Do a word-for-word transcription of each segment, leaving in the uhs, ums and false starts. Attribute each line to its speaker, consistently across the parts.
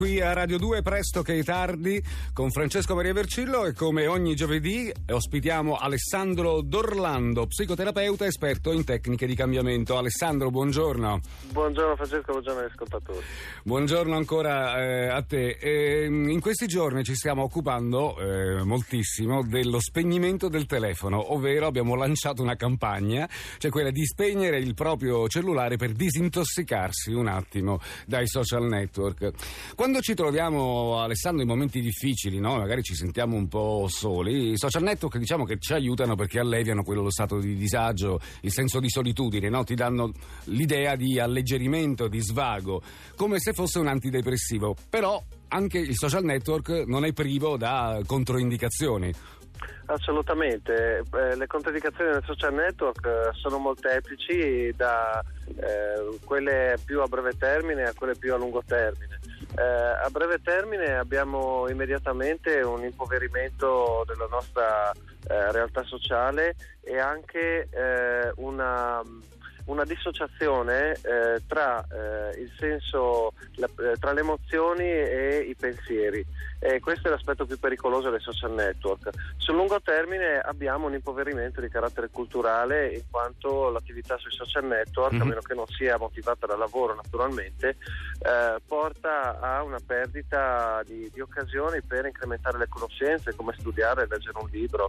Speaker 1: Qui a Radio due, presto che è tardi, con Francesco Maria Vercillo, e come ogni giovedì ospitiamo Alessandro D'Orlando, psicoterapeuta esperto in tecniche di cambiamento. Alessandro, buongiorno.
Speaker 2: Buongiorno Francesco, buongiorno agli ascoltatori.
Speaker 1: Buongiorno ancora eh, a te. E in questi giorni ci stiamo occupando eh, moltissimo dello spegnimento del telefono, ovvero abbiamo lanciato una campagna, cioè quella di spegnere il proprio cellulare per disintossicarsi un attimo dai social network. Quando ci troviamo, Alessandro, in momenti difficili, no? Magari ci sentiamo un po' soli, i social network diciamo che ci aiutano perché alleviano quello lo stato di disagio, il senso di solitudine, no? Ti danno l'idea di alleggerimento, di svago, come se fosse un antidepressivo. Però anche il social network non è privo da controindicazioni.
Speaker 2: Assolutamente, eh, le controindicazioni del social network eh, sono molteplici, da eh, quelle più a breve termine a quelle più a lungo termine. Eh, a breve termine abbiamo immediatamente un impoverimento della nostra eh, realtà sociale e anche eh, una una dissociazione eh, tra eh, il senso, la, eh, tra le emozioni e i pensieri. E questo è l'aspetto più pericoloso dei social network. Sul lungo termine abbiamo un impoverimento di carattere culturale, in quanto l'attività sui social network, mm-hmm. a meno che non sia motivata dal lavoro naturalmente, eh, porta a una perdita di, di occasioni per incrementare le conoscenze, come studiare, leggere un libro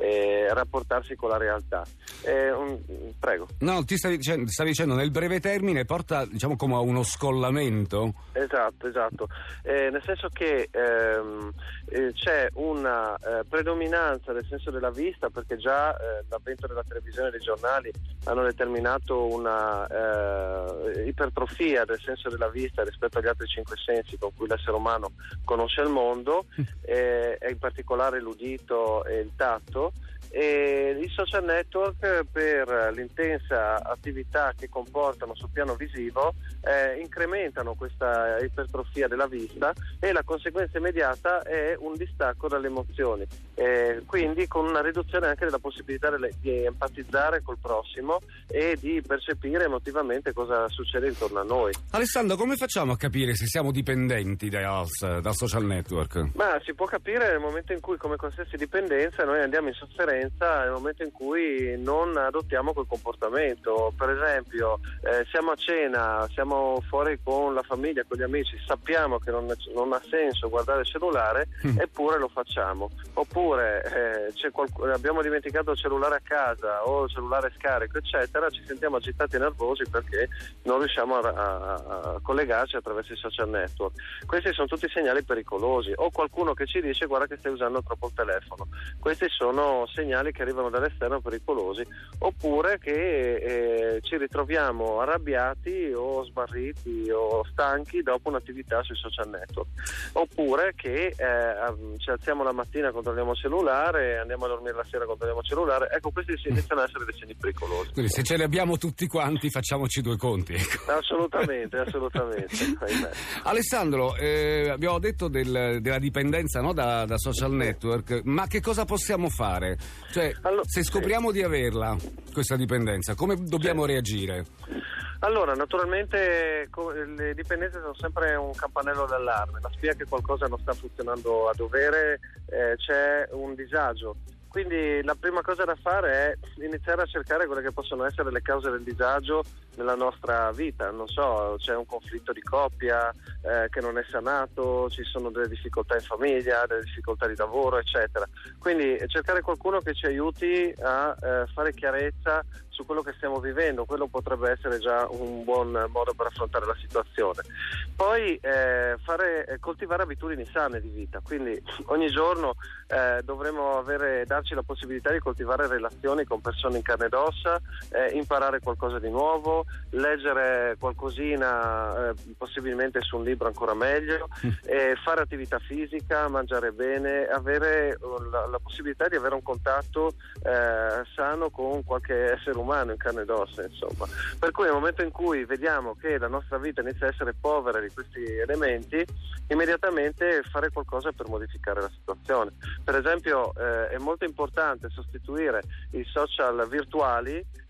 Speaker 2: e rapportarsi con la realtà. Eh, un, prego.
Speaker 1: No, ti stavi dicendo, stavi dicendo nel breve termine porta, diciamo, come a uno scollamento?
Speaker 2: Esatto, esatto. Eh, nel senso che ehm, eh, c'è una eh, predominanza del senso della vista, perché già eh, l'avvento della televisione e dei giornali hanno determinato una eh, ipertrofia del senso della vista rispetto agli altri cinque sensi con cui l'essere umano conosce il mondo, eh, e in particolare l'udito e il tatto. E i social network, per l'intensa attività che comportano sul piano visivo, eh, incrementano questa ipertrofia della vista, e la conseguenza immediata è un distacco dalle emozioni, eh, quindi con una riduzione anche della possibilità delle, di empatizzare col prossimo e di percepire emotivamente cosa succede intorno a noi.
Speaker 1: Alessandro, come facciamo a capire se siamo dipendenti dal, dal social network?
Speaker 2: Ma si può capire nel momento in cui, come qualsiasi dipendenza, noi andiamo in sofferenza nel momento in cui non adottiamo quel comportamento. Per esempio, eh, siamo a cena, siamo fuori con la famiglia, con gli amici, sappiamo che non, non ha senso guardare il cellulare, mm. eppure lo facciamo. Oppure eh, c'è qualc- abbiamo dimenticato il cellulare a casa o il cellulare scarico, eccetera, ci sentiamo agitati e nervosi perché non riusciamo a, a, a collegarci attraverso i social network. Questi sono tutti segnali pericolosi. O qualcuno che ci dice: guarda che stai usando troppo il telefono. Questi sono segnali che arrivano dall'esterno pericolosi. Oppure che eh, ci ritroviamo arrabbiati o smarriti o stanchi dopo un'attività sui social network. Oppure che eh, ci alziamo la mattina, controlliamo il cellulare, andiamo a dormire la sera, controlliamo il cellulare. Ecco, questi iniziano ad essere dei segni pericolosi.
Speaker 1: Quindi se ce li abbiamo tutti quanti, facciamoci due conti, ecco.
Speaker 2: Assolutamente, assolutamente.
Speaker 1: Alessandro, eh, abbiamo detto del, della dipendenza, no, da, da social network, ma che cosa possiamo fare? Cioè, allora, se scopriamo sì. di averla, questa dipendenza, come dobbiamo sì. reagire?
Speaker 2: Allora, naturalmente le dipendenze sono sempre un campanello d'allarme, la spia che qualcosa non sta funzionando a dovere, eh, c'è un disagio. Quindi la prima cosa da fare è iniziare a cercare quelle che possono essere le cause del disagio nella nostra vita. Non so, c'è un conflitto di coppia eh, che non è sanato, ci sono delle difficoltà in famiglia, delle difficoltà di lavoro, eccetera. Quindi cercare qualcuno che ci aiuti a eh, fare chiarezza su quello che stiamo vivendo. Quello potrebbe essere già un buon modo per affrontare la situazione. Poi eh, fare, eh, coltivare abitudini sane di vita, quindi ogni giorno eh, dovremo avere, darci la possibilità di coltivare relazioni con persone in carne ed ossa, eh, imparare qualcosa di nuovo, leggere qualcosina, eh, possibilmente su un libro ancora meglio, eh, fare attività fisica, mangiare bene, avere la, la possibilità di avere un contatto eh, sano con qualche essere umano in carne ed ossa, insomma. Per cui nel momento in cui vediamo che la nostra vita inizia a essere povera di questi elementi, immediatamente fare qualcosa per modificare la situazione. Per esempio eh, è molto importante sostituire i social virtuali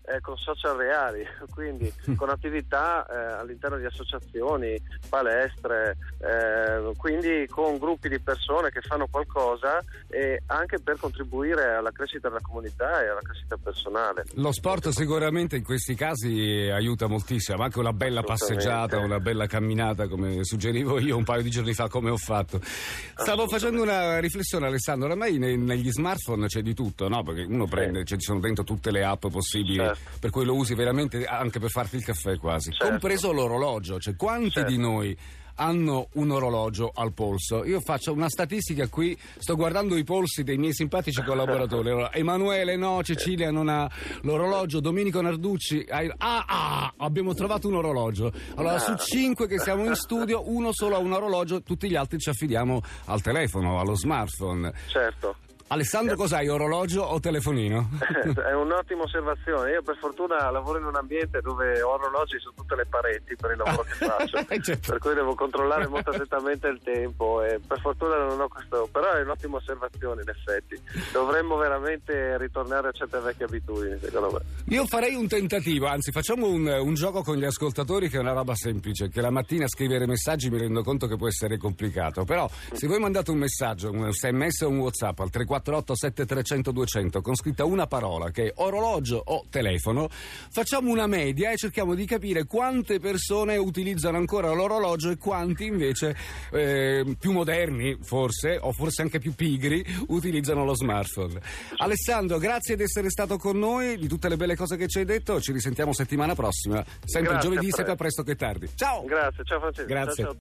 Speaker 2: eh, con social reali, quindi con attività eh, all'interno di associazioni, palestre, eh, quindi con gruppi di persone che fanno qualcosa e anche per contribuire alla crescita della comunità e alla crescita personale.
Speaker 1: Lo sport sicuramente in questi casi aiuta moltissimo, anche una bella passeggiata, una bella camminata come suggerivo io un paio di giorni fa, come ho fatto. Stavo facendo una riflessione, Alessandro, ormai ne, negli smartphone c'è di tutto, no? Perché uno prende, sì. cioè, ci sono dentro tutte le app possibili, certo. per cui lo usi veramente anche per farti il caffè quasi, certo. compreso l'orologio, cioè quanti certo. di noi hanno un orologio al polso? Io faccio una statistica qui, sto guardando i polsi dei miei simpatici collaboratori. Emanuele no, Cecilia non ha l'orologio, Domenico Narducci hai... ah, ah abbiamo trovato un orologio. Allora su cinque che siamo in studio uno solo ha un orologio, tutti gli altri ci affidiamo al telefono, allo smartphone.
Speaker 2: Certo.
Speaker 1: Alessandro, cos'hai, orologio o telefonino?
Speaker 2: È un'ottima osservazione. Io per fortuna lavoro in un ambiente dove ho orologi su tutte le pareti per il lavoro che faccio, certo. per cui devo controllare molto attentamente il tempo e per fortuna non ho questo, però è un'ottima osservazione in effetti. Dovremmo veramente ritornare a certe vecchie abitudini, secondo me.
Speaker 1: Io farei un tentativo, anzi facciamo un, un gioco con gli ascoltatori che è una roba semplice, che la mattina scrivere messaggi mi rendo conto che può essere complicato, però se voi mandate un messaggio, un sms o un WhatsApp al tre quattro otto sette tre zero zero due zero zero con scritta una parola che è orologio o telefono, facciamo una media e cerchiamo di capire quante persone utilizzano ancora l'orologio e quanti invece eh, più moderni forse o forse anche più pigri utilizzano lo smartphone. Alessandro, grazie di essere stato con noi, di tutte le belle cose che ci hai detto, ci risentiamo settimana prossima, sempre
Speaker 2: grazie,
Speaker 1: giovedì,
Speaker 2: sempre
Speaker 1: a presto che tardi. Ciao!
Speaker 2: Grazie, ciao Francesco.
Speaker 1: Grazie.
Speaker 2: Ciao, ciao.